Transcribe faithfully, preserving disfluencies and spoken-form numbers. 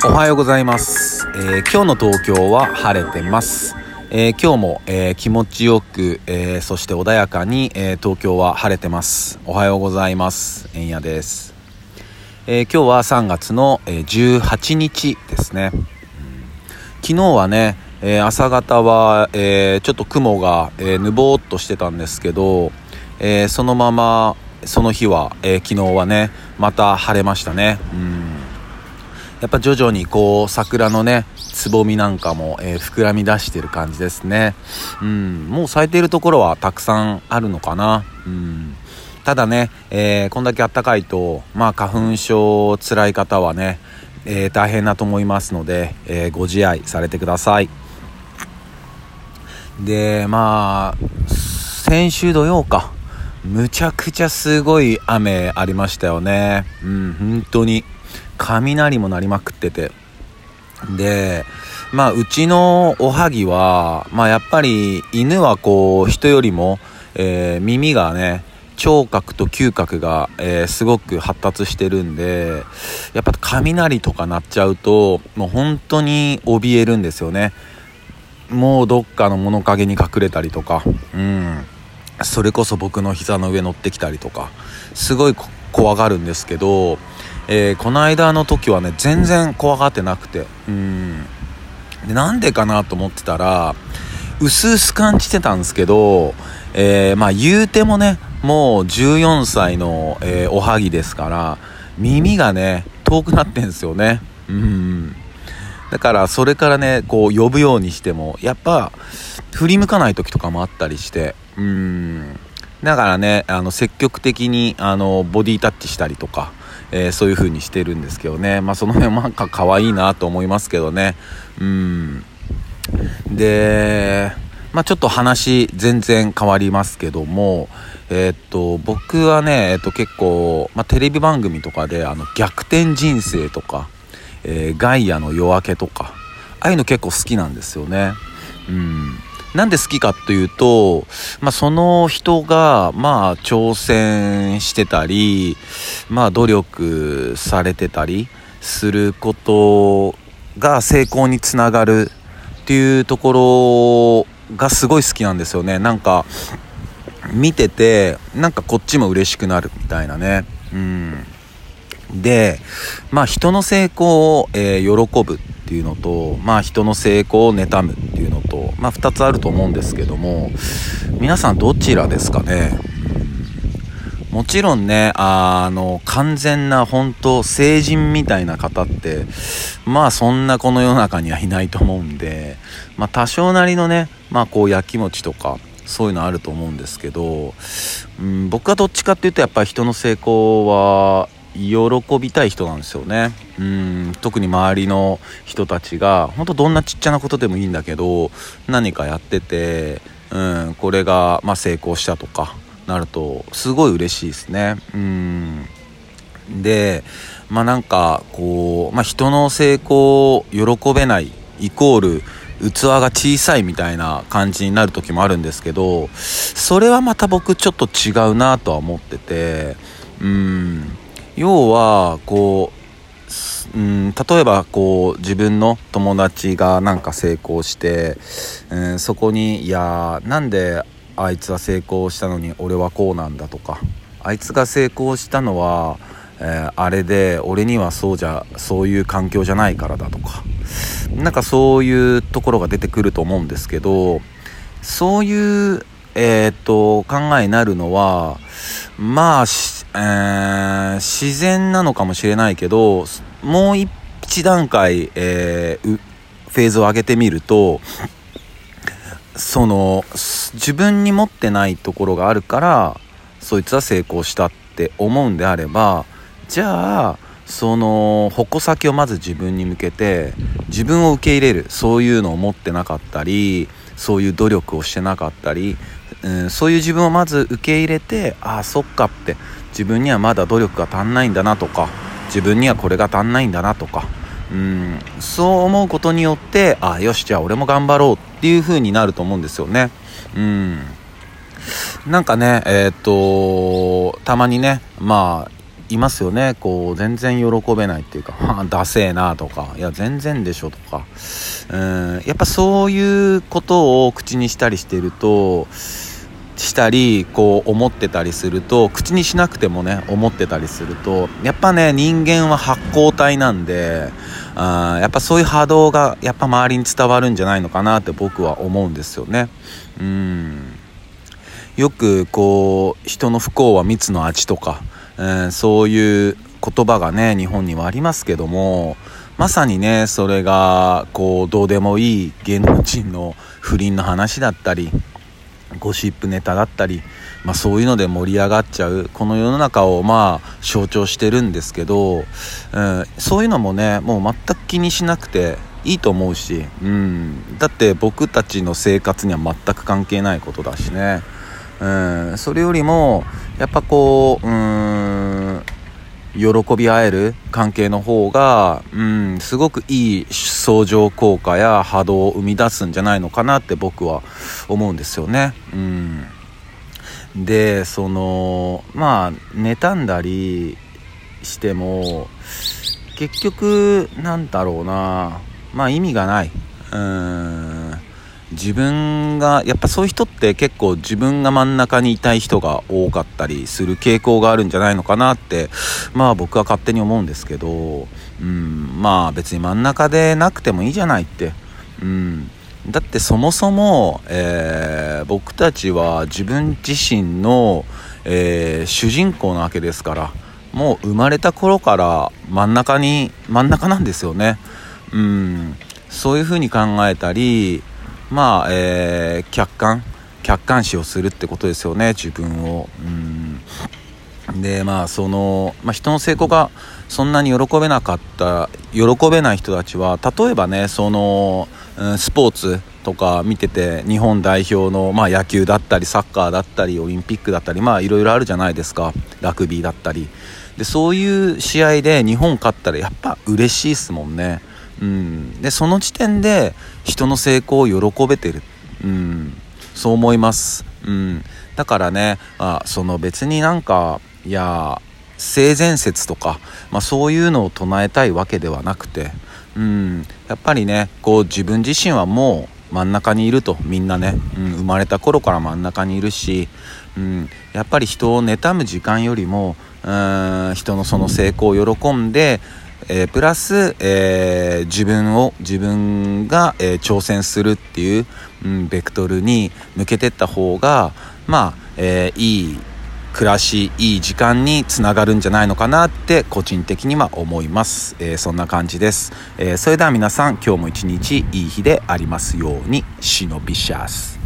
おはようございます、えー、今日の東京は晴れてます、えー、今日も、えー、気持ちよく、えー、そして穏やかに、えー、東京は晴れてます。おはようございます。えんやです、えー、今日はさんがつの、えー、じゅうはちにちですね、うん、昨日はね、えー、朝方は、えー、ちょっと雲が、えー、ぬぼーっとしてたんですけど、えー、そのままその日は、えー、昨日はねまた晴れましたね。うんやっぱ徐々にこう桜のねつぼみなんかも、えー、膨らみ出してる感じですね。うんもう咲いているところはたくさんあるのかな。うんただね、えー、こんだけ暖かいとまあ花粉症辛い方はね、えー、大変だと思いますので、えー、ご自愛されてください。でまあ先週土曜かむちゃくちゃすごい雨ありましたよね。うん本当に雷も鳴りまくってて、でまあうちのおはぎはまあやっぱり犬はこう人よりも、えー、耳がね聴覚と嗅覚が、えー、すごく発達してるんで、やっぱ雷とか鳴っちゃうともう本当に怯えるんですよね。もうどっかの物陰に隠れたりとか、うんそれこそ僕の膝の上乗ってきたりとかすごい怖がるんですけど、えー、この間の時はね全然怖がってなくて、うんでなんでかなと思ってたらうすうす感じてたんですけど、えー、まあ言うてもねもうじゅうよんさいの、えー、おはぎですから耳がね遠くなってんすよね。うんだからそれからねこう呼ぶようにしてもやっぱ振り向かない時とかもあったりして、うんだからねあの積極的にあのボディタッチしたりとか、えー、そういう風にしてるんですけどね。まあその辺なんか可愛いなと思いますけどね。うんでまあちょっと話全然変わりますけども、えー、っと僕はね、えー、っと結構、まあ、テレビ番組とかであの逆転人生とか、えー、ガイアの夜明けとかああいうの結構好きなんですよね。うんなんで好きかというと、まあ、その人がまあ挑戦してたり、まあ努力されてたりすることが成功につながるっていうところがすごい好きなんですよね。なんか見ててなんかこっちも嬉しくなるみたいなね。うんでまあ人の成功を、えー、喜ぶっていうのと、まあ人の成功を妬むっていうのと、まあふたつあると思うんですけども、皆さんどちらですかね。うん、もちろんねあの完全な本当聖人みたいな方ってまあそんなこの世の中にはいないと思うんで、まあ多少なりのねまあこうやきもちとかそういうのあると思うんですけど、うん、僕はどっちかっていうとやっぱり人の成功は喜びたい人なんですよね。うん特に周りの人たちが本当どんなちっちゃなことでもいいんだけど何かやってて、うん、これが、まあ、成功したとかなるとすごい嬉しいですね。うんでまあなんかこう、まあ、人の成功を喜べないイコール器が小さいみたいな感じになる時もあるんですけど、それはまた僕ちょっと違うなとは思ってて、うん要はこう、うん、例えばこう自分の友達がなんか成功して、うん、そこにいやなんであいつは成功したのに俺はこうなんだとか、あいつが成功したのは、えー、あれで俺にはそうじゃそういう環境じゃないからだとか、なんかそういうところが出てくると思うんですけど、そういう、えー、っと考えになるのはまあ、えー、自然なのかもしれないけど、もう一段階、えー、フェーズを上げてみると、その自分に持ってないところがあるからそいつは成功したって思うんであれば、じゃあその矛先をまず自分に向けて自分を受け入れる、そういうのを持ってなかったりそういう努力をしてなかったり、うん、そういう自分をまず受け入れて、ああそっかって自分にはまだ努力が足んないんだなとか、自分にはこれが足んないんだなとか、うん、そう思うことによって、ああよしじゃあ俺も頑張ろうっていう風になると思うんですよね。うんなんかねえー、っとたまにねまあいますよね。こう全然喜べないっていうか、はあ、ダセーなとか、いや全然でしょとか、うん、やっぱそういうことを口にしたりしてるとしたりこう思ってたりすると、口にしなくてもね思ってたりすると、やっぱね人間は発光体なんで、あやっぱそういう波動がやっぱ周りに伝わるんじゃないのかなって僕は思うんですよね。うんよくこう人の不幸は蜜の味とか、えー、そういう言葉がね日本にはありますけども、まさにねそれがこうどうでもいい芸能人の不倫の話だったりゴシップネタだったり、まあ、そういうので盛り上がっちゃうこの世の中をまあ象徴してるんですけど、うん、そういうのもねもう全く気にしなくていいと思うし、うん、だって僕たちの生活には全く関係ないことだしね。うん、それよりもやっぱこう、うーん、喜び合える関係の方が、うん、すごくいい相乗効果や波動を生み出すんじゃないのかなって僕は思うんですよね。うん、でそのまあ妬んだりしても結局なんだろうな、まあ意味がない。うーん自分がやっぱそういう人って結構自分が真ん中にいたい人が多かったりする傾向があるんじゃないのかなってまあ僕は勝手に思うんですけど、うん、まあ別に真ん中でなくてもいいじゃないって、うん、だってそもそも、えー、僕たちは自分自身の、えー、主人公なわけですから、もう生まれた頃から真ん中に真ん中なんですよね。うん、そういう風に考えたりまあ、えー、客観客観視をするってことですよね、自分を。うんでまあその、まあ、人の成功がそんなに喜べなかった喜べない人たちは、例えばねその、うん、スポーツとか見てて日本代表の、まあ、野球だったりサッカーだったりオリンピックだったり、まあいろいろあるじゃないですか、ラグビーだったりで、そういう試合で日本勝ったらやっぱ嬉しいですもんね。うん、でその時点で人の成功を喜べてる、うん、そう思います。うん、だからね、あその別になんかいや性善説とか、まあ、そういうのを唱えたいわけではなくて、うん、やっぱりねこう自分自身はもう真ん中にいると、みんなね、うん、生まれた頃から真ん中にいるし、うん、やっぱり人を妬む時間よりもうーん人のその成功を喜んでえー、プラス、えー、自分を自分が、えー、挑戦するっていう、うん、ベクトルに向けてった方がまあ、えー、いい暮らしいい時間につながるんじゃないのかなって個人的には思います。えー、そんな感じです。えー、それでは皆さん今日も一日いい日でありますように。シノビシャス。